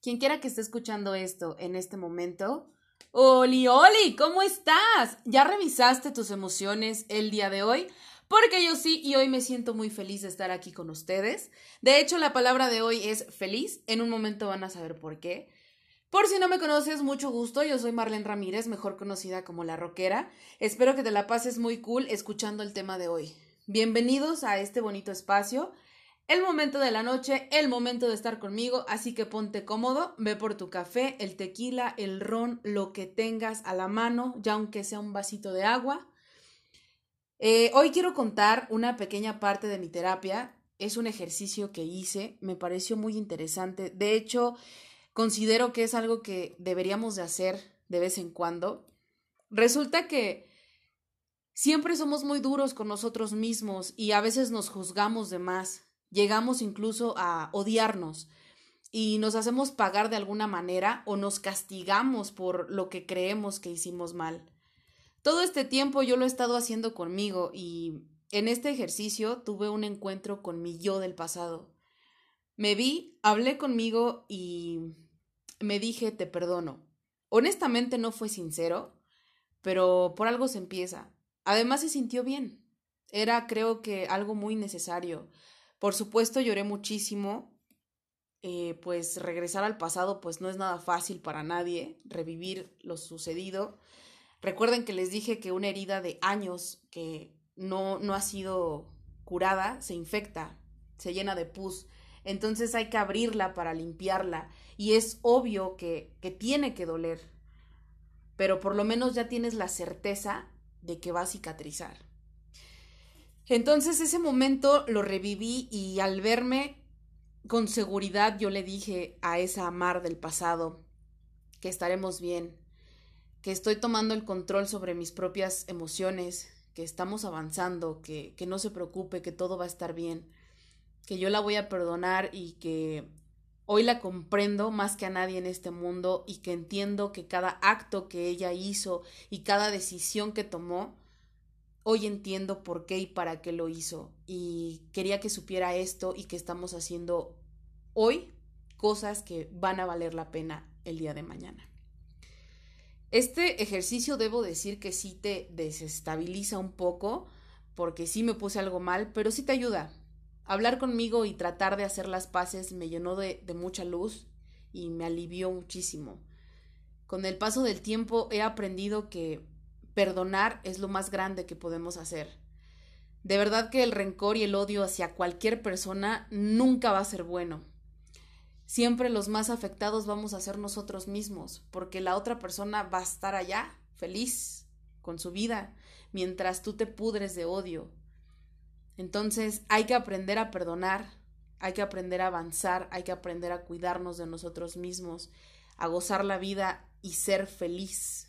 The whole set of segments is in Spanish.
Quien quiera que esté escuchando esto en este momento, ¡Oli, Oli! ¿Cómo estás? ¿Ya revisaste tus emociones el día de hoy? Porque yo sí, y hoy me siento muy feliz de estar aquí con ustedes. De hecho, la palabra de hoy es feliz. En un momento van a saber por qué. Por si no me conoces, mucho gusto. Yo soy Marlene Ramírez, mejor conocida como La Rockera. Espero que te la pases muy cool escuchando el tema de hoy. Bienvenidos a este bonito espacio. El momento de la noche, el momento de estar conmigo, así que ponte cómodo, ve por tu café, el tequila, el ron, lo que tengas a la mano, ya aunque sea un vasito de agua. Hoy quiero contar una pequeña parte de mi terapia. Es un ejercicio que hice, me pareció muy interesante. De hecho, considero que es algo que deberíamos de hacer de vez en cuando. Resulta que siempre somos muy duros con nosotros mismos y a veces nos juzgamos de más. Llegamos incluso a odiarnos y nos hacemos pagar de alguna manera o nos castigamos por lo que creemos que hicimos mal. Todo este tiempo yo lo he estado haciendo conmigo y en este ejercicio tuve un encuentro con mi yo del pasado. Me vi, hablé conmigo y me dije te perdono. Honestamente no fue sincero, pero por algo se empieza. Además se sintió bien. Era, creo que, algo muy necesario. Por supuesto lloré muchísimo, pues regresar al pasado pues no es nada fácil para nadie, revivir lo sucedido. Recuerden que les dije que una herida de años que no ha sido curada se infecta, se llena de pus. Entonces hay que abrirla para limpiarla y es obvio que tiene que doler, pero por lo menos ya tienes la certeza de que va a cicatrizar. Entonces ese momento lo reviví y al verme con seguridad yo le dije a esa Mar del pasado que estaremos bien, que estoy tomando el control sobre mis propias emociones, que estamos avanzando, que no se preocupe, que todo va a estar bien, que yo la voy a perdonar y que hoy la comprendo más que a nadie en este mundo y que entiendo que cada acto que ella hizo y cada decisión que tomó, hoy entiendo por qué y para qué lo hizo. Y quería que supiera esto y que estamos haciendo hoy cosas que van a valer la pena el día de mañana. Este ejercicio debo decir que sí te desestabiliza un poco, porque sí me puse algo mal, pero sí te ayuda. Hablar conmigo y tratar de hacer las paces me llenó de mucha luz y me alivió muchísimo. Con el paso del tiempo he aprendido que perdonar es lo más grande que podemos hacer. De verdad que el rencor y el odio hacia cualquier persona nunca va a ser bueno. Siempre los más afectados vamos a ser nosotros mismos, porque la otra persona va a estar allá, feliz, con su vida, mientras tú te pudres de odio. Entonces hay que aprender a perdonar, hay que aprender a avanzar, hay que aprender a cuidarnos de nosotros mismos, a gozar la vida y ser feliz.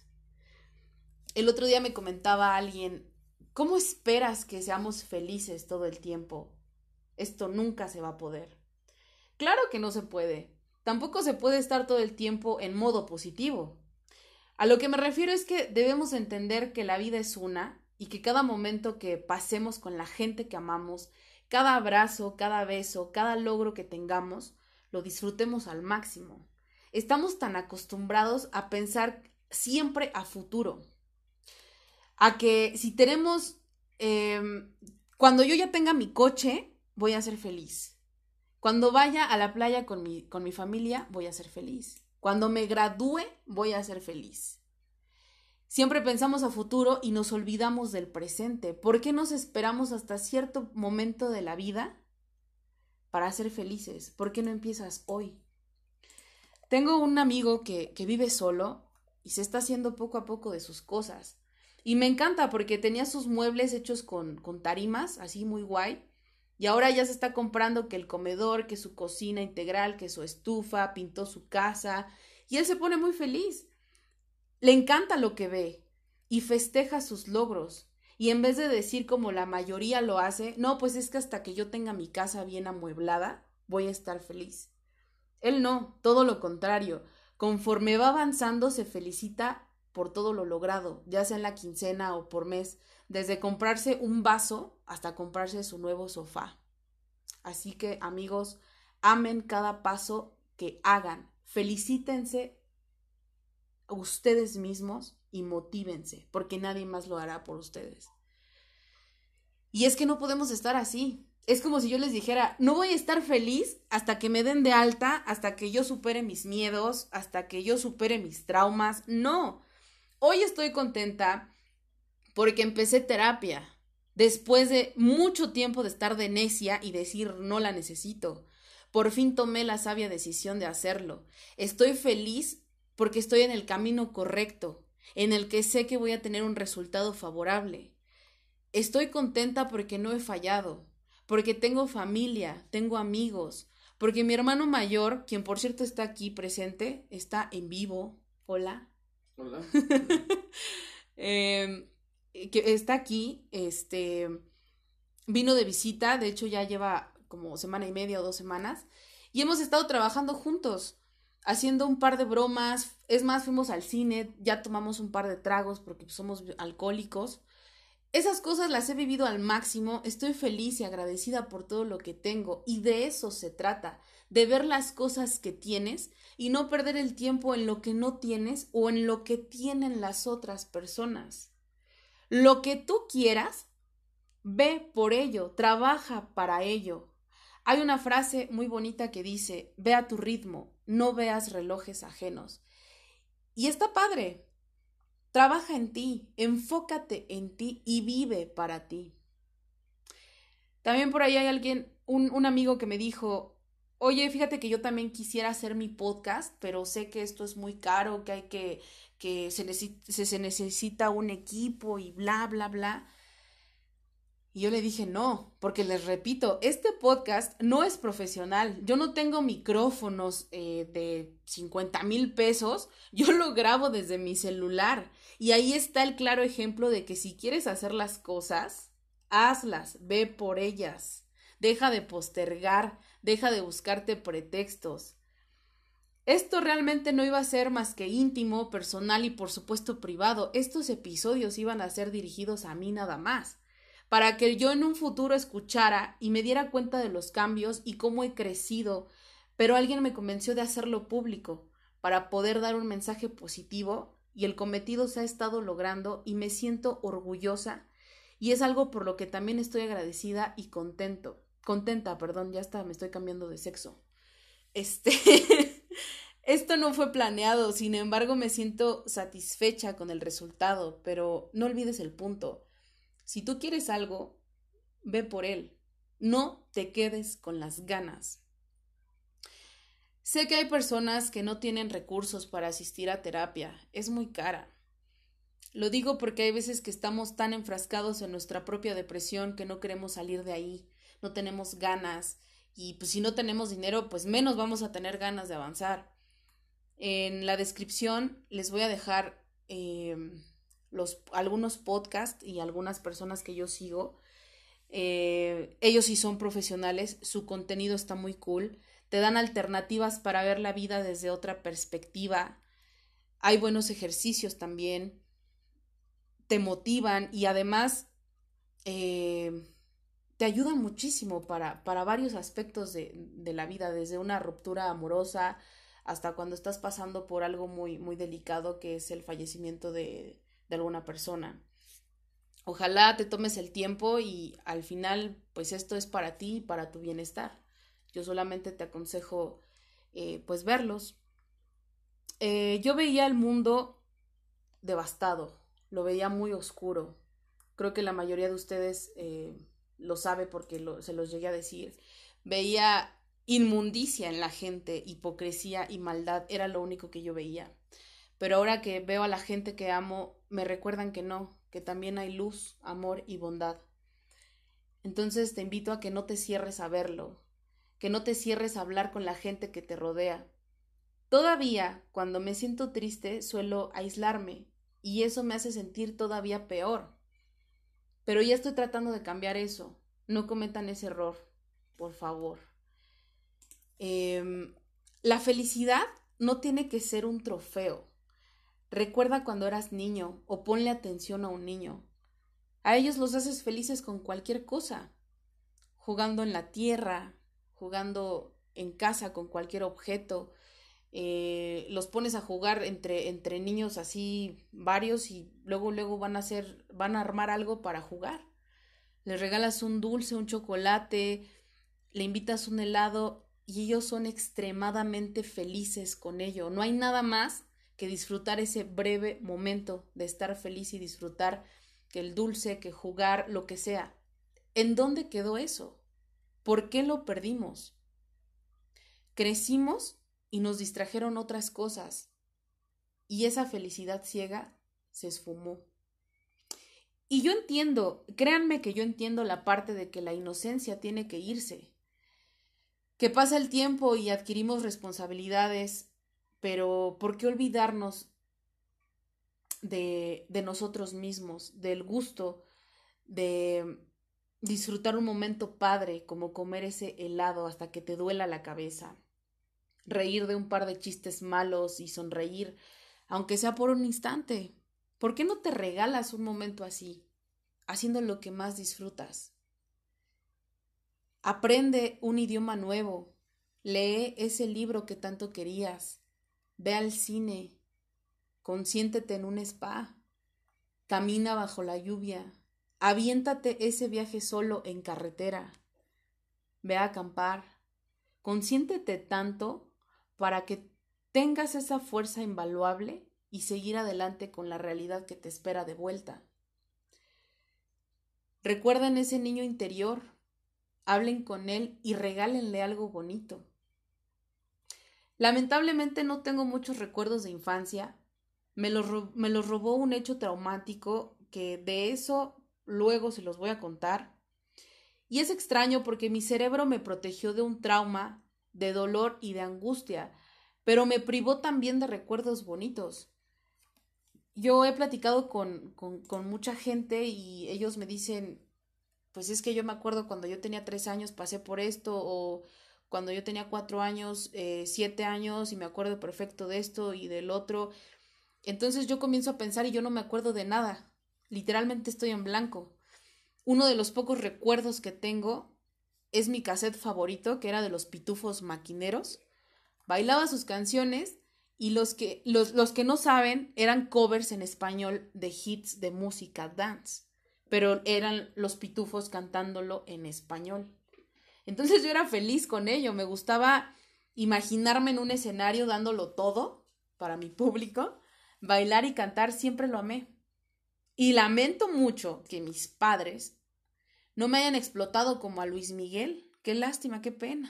El otro día me comentaba alguien, ¿cómo esperas que seamos felices todo el tiempo? Esto nunca se va a poder. Claro que no se puede. Tampoco se puede estar todo el tiempo en modo positivo. A lo que me refiero es que debemos entender que la vida es una y que cada momento que pasemos con la gente que amamos, cada abrazo, cada beso, cada logro que tengamos, lo disfrutemos al máximo. Estamos tan acostumbrados a pensar siempre a futuro, a que si tenemos, cuando yo ya tenga mi coche, voy a ser feliz. Cuando vaya a la playa con mi familia, voy a ser feliz. Cuando me gradúe, voy a ser feliz. Siempre pensamos a futuro y nos olvidamos del presente. ¿Por qué nos esperamos hasta cierto momento de la vida para ser felices? ¿Por qué no empiezas hoy? Tengo un amigo que vive solo y se está haciendo poco a poco de sus cosas. Y me encanta porque tenía sus muebles hechos con tarimas, así muy guay. Y ahora ya se está comprando que el comedor, que su cocina integral, que su estufa, pintó su casa. Y él se pone muy feliz. Le encanta lo que ve y festeja sus logros. Y en vez de decir como la mayoría lo hace, no, pues es que hasta que yo tenga mi casa bien amueblada, voy a estar feliz. Él no, todo lo contrario. Conforme va avanzando, se felicita por todo lo logrado, ya sea en la quincena o por mes, desde comprarse un vaso hasta comprarse su nuevo sofá. Así que, amigos, amen cada paso que hagan, felicítense a ustedes mismos y motívense, porque nadie más lo hará por ustedes. Y es que no podemos estar así. Es como si yo les dijera, no voy a estar feliz hasta que me den de alta, hasta que yo supere mis miedos, hasta que yo supere mis traumas. No, hoy estoy contenta porque empecé terapia, después de mucho tiempo de estar de necia y decir no la necesito. Por fin tomé la sabia decisión de hacerlo. Estoy feliz porque estoy en el camino correcto, en el que sé que voy a tener un resultado favorable. Estoy contenta porque no he fallado, porque tengo familia, tengo amigos, porque mi hermano mayor, quien por cierto está aquí presente, está en vivo. Hola. Hola. Que está aquí, vino de visita, de hecho ya lleva como semana y media o 2 semanas, y hemos estado trabajando juntos, haciendo un par de bromas, es más, fuimos al cine, ya tomamos un par de tragos porque somos alcohólicos. Esas cosas las he vivido al máximo, estoy feliz y agradecida por todo lo que tengo, y de eso se trata, de ver las cosas que tienes y no perder el tiempo en lo que no tienes o en lo que tienen las otras personas. Lo que tú quieras, ve por ello, trabaja para ello. Hay una frase muy bonita que dice, ve a tu ritmo, no veas relojes ajenos. Y está padre. Trabaja en ti, enfócate en ti y vive para ti. También por ahí hay alguien, un amigo que me dijo, oye, fíjate que yo también quisiera hacer mi podcast, pero sé que esto es muy caro, que hay que se necesita un equipo y bla, bla, bla. Y yo le dije, no, porque les repito, este podcast no es profesional. Yo no tengo micrófonos de 50,000 pesos. Yo lo grabo desde mi celular. Y ahí está el claro ejemplo de que si quieres hacer las cosas, hazlas, ve por ellas. Deja de postergar, deja de buscarte pretextos. Esto realmente no iba a ser más que íntimo, personal y por supuesto privado. Estos episodios iban a ser dirigidos a mí nada más, para que yo en un futuro escuchara y me diera cuenta de los cambios y cómo he crecido, pero alguien me convenció de hacerlo público, para poder dar un mensaje positivo, y el cometido se ha estado logrando y me siento orgullosa, y es algo por lo que también estoy agradecida y contenta, perdón, ya está, me estoy cambiando de sexo. Esto no fue planeado, sin embargo me siento satisfecha con el resultado, pero no olvides el punto. Si tú quieres algo, ve por él. No te quedes con las ganas. Sé que hay personas que no tienen recursos para asistir a terapia. Es muy cara. Lo digo porque hay veces que estamos tan enfrascados en nuestra propia depresión que no queremos salir de ahí. No tenemos ganas. Y pues si no tenemos dinero, pues menos vamos a tener ganas de avanzar. En la descripción les voy a dejar algunos podcasts y algunas personas que yo sigo. Ellos sí son profesionales, su contenido está muy cool, te dan alternativas para ver la vida desde otra perspectiva, hay buenos ejercicios también, te motivan y además te ayudan muchísimo para varios aspectos de la vida, desde una ruptura amorosa hasta cuando estás pasando por algo muy, muy delicado que es el fallecimiento de alguna persona. Ojalá te tomes el tiempo y al final, pues esto es para ti y para tu bienestar. Yo solamente te aconsejo, pues verlos. Yo veía el mundo devastado, lo veía muy oscuro. Creo que la mayoría de ustedes lo sabe porque se los llegué a decir. Veía inmundicia en la gente, hipocresía y maldad, era lo único que yo veía. Pero ahora que veo a la gente que amo, me recuerdan que no, que también hay luz, amor y bondad. Entonces te invito a que no te cierres a verlo, que no te cierres a hablar con la gente que te rodea. Todavía, cuando me siento triste, suelo aislarme, y eso me hace sentir todavía peor. Pero ya estoy tratando de cambiar eso. No cometan ese error, por favor. La felicidad no tiene que ser un trofeo. Recuerda cuando eras niño o ponle atención a un niño. A ellos los haces felices con cualquier cosa, jugando en la tierra, jugando en casa con cualquier objeto, los pones a jugar entre niños así varios y luego van a armar algo para jugar. Les regalas un dulce, un chocolate, le invitas un helado y ellos son extremadamente felices con ello. No hay nada más que disfrutar ese breve momento de estar feliz y disfrutar que el dulce, que jugar, lo que sea. ¿En dónde quedó eso? ¿Por qué lo perdimos? Crecimos y nos distrajeron otras cosas y esa felicidad ciega se esfumó. Y yo entiendo, créanme que yo entiendo la parte de que la inocencia tiene que irse, que pasa el tiempo y adquirimos responsabilidades, pero ¿por qué olvidarnos de nosotros mismos, del gusto de disfrutar un momento padre como comer ese helado hasta que te duela la cabeza, reír de un par de chistes malos y sonreír, aunque sea por un instante? ¿Por qué no te regalas un momento así, haciendo lo que más disfrutas? Aprende un idioma nuevo, lee ese libro que tanto querías, ve al cine, consiéntete en un spa, camina bajo la lluvia, aviéntate ese viaje solo en carretera, ve a acampar, consiéntete tanto para que tengas esa fuerza invaluable y seguir adelante con la realidad que te espera de vuelta. Recuerden ese niño interior, hablen con él y regálenle algo bonito. Lamentablemente no tengo muchos recuerdos de infancia, me los robó un hecho traumático que de eso luego se los voy a contar. Y es extraño porque mi cerebro me protegió de un trauma, de dolor y de angustia, pero me privó también de recuerdos bonitos. Yo he platicado con mucha gente y ellos me dicen, pues es que yo me acuerdo cuando yo tenía 3 años pasé por esto, o cuando yo tenía 4 años, 7 años, y me acuerdo perfecto de esto y del otro. Entonces yo comienzo a pensar y yo no me acuerdo de nada. Literalmente estoy en blanco. Uno de los pocos recuerdos que tengo es mi cassette favorito, que era de los Pitufos Maquineros. Bailaba sus canciones y los que no saben eran covers en español de hits de música dance, pero eran los Pitufos cantándolo en español. Entonces yo era feliz con ello, me gustaba imaginarme en un escenario dándolo todo para mi público, bailar y cantar, siempre lo amé. Y lamento mucho que mis padres no me hayan explotado como a Luis Miguel. Qué lástima, qué pena.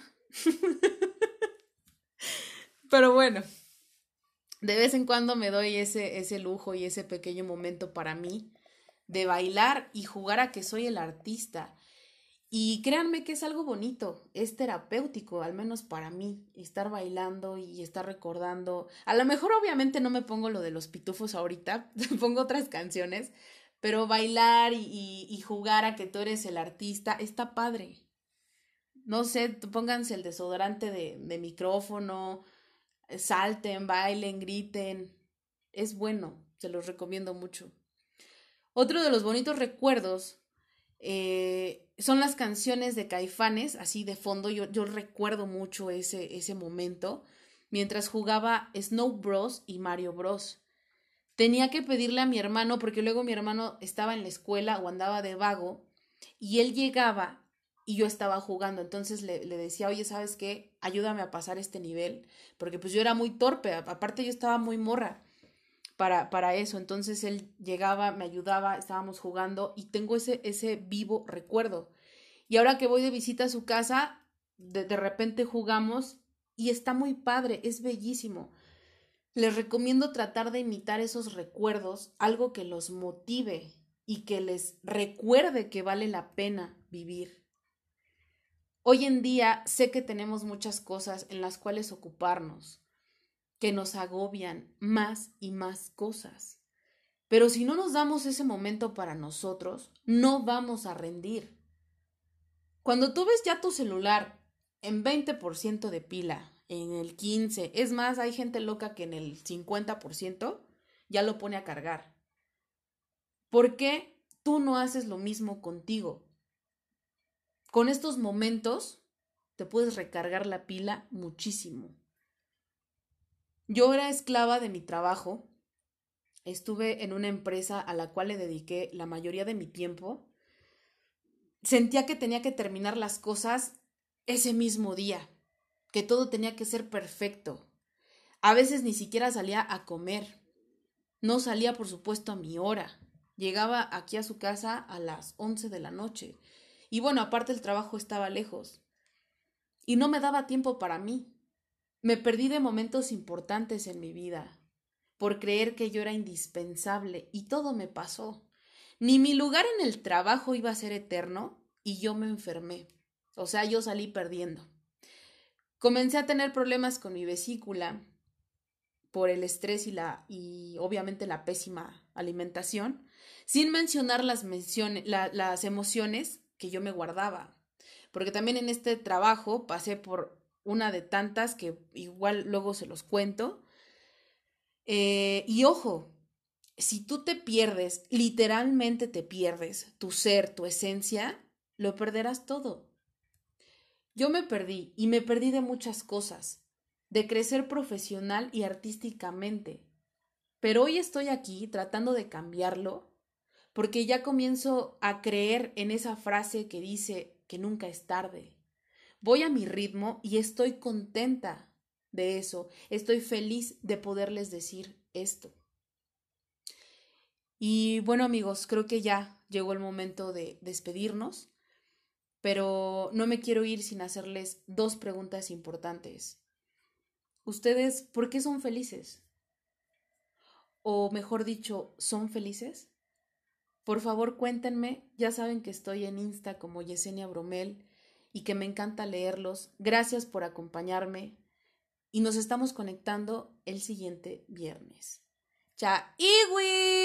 Pero bueno, de vez en cuando me doy ese lujo y ese pequeño momento para mí de bailar y jugar a que soy el artista. Y créanme que es algo bonito, es terapéutico, al menos para mí, estar bailando y estar recordando. A lo mejor obviamente no me pongo lo de los pitufos ahorita, pongo otras canciones, pero bailar y jugar a que tú eres el artista está padre. No sé, pónganse el desodorante de micrófono, salten, bailen, griten. Es bueno, se los recomiendo mucho. Otro de los bonitos recuerdos son las canciones de Caifanes, así de fondo. Yo recuerdo mucho ese momento mientras jugaba Snow Bros. Y Mario Bros. Tenía que pedirle a mi hermano, porque luego mi hermano estaba en la escuela o andaba de vago, y él llegaba y yo estaba jugando. Entonces le decía, oye, ¿sabes qué? Ayúdame a pasar este nivel, porque pues yo era muy torpe, aparte yo estaba muy morra para eso. Entonces él llegaba, me ayudaba, estábamos jugando y tengo ese vivo recuerdo. Y ahora que voy de visita a su casa, de repente jugamos y está muy padre, es bellísimo. Les recomiendo tratar de imitar esos recuerdos, algo que los motive y que les recuerde que vale la pena vivir. Hoy en día sé que tenemos muchas cosas en las cuales ocuparnos, que nos agobian más y más cosas. Pero si no nos damos ese momento para nosotros, no vamos a rendir. Cuando tú ves ya tu celular en 20% de pila, en el 15%, es más, hay gente loca que en el 50% ya lo pone a cargar. ¿Por qué tú no haces lo mismo contigo? Con estos momentos te puedes recargar la pila muchísimo. Yo era esclava de mi trabajo. Estuve en una empresa a la cual le dediqué la mayoría de mi tiempo. Sentía que tenía que terminar las cosas ese mismo día, que todo tenía que ser perfecto. A veces ni siquiera salía a comer. No salía, por supuesto, a mi hora. Llegaba aquí a su casa a las 11 de la noche. Y bueno, aparte el trabajo estaba lejos. Y no me daba tiempo para mí. Me perdí de momentos importantes en mi vida por creer que yo era indispensable y todo me pasó. Ni mi lugar en el trabajo iba a ser eterno y yo me enfermé. O sea, yo salí perdiendo. Comencé a tener problemas con mi vesícula por el estrés y obviamente la pésima alimentación, sin mencionar las emociones que yo me guardaba. Porque también en este trabajo pasé por una de tantas que igual luego se los cuento. Y ojo, si tú te pierdes, literalmente te pierdes tu ser, tu esencia, lo perderás todo. Yo me perdí y me perdí de muchas cosas, de crecer profesional y artísticamente. Pero hoy estoy aquí tratando de cambiarlo porque ya comienzo a creer en esa frase que dice que nunca es tarde. Voy a mi ritmo y estoy contenta de eso. Estoy feliz de poderles decir esto. Y bueno amigos, creo que ya llegó el momento de despedirnos, pero no me quiero ir sin hacerles dos preguntas importantes. ¿Ustedes por qué son felices? O mejor dicho, ¿son felices? Por favor, cuéntenme. Ya saben que estoy en Insta como Yesenia Bromel y que me encanta leerlos. Gracias por acompañarme y nos estamos conectando el siguiente viernes. ¡Chaiwi!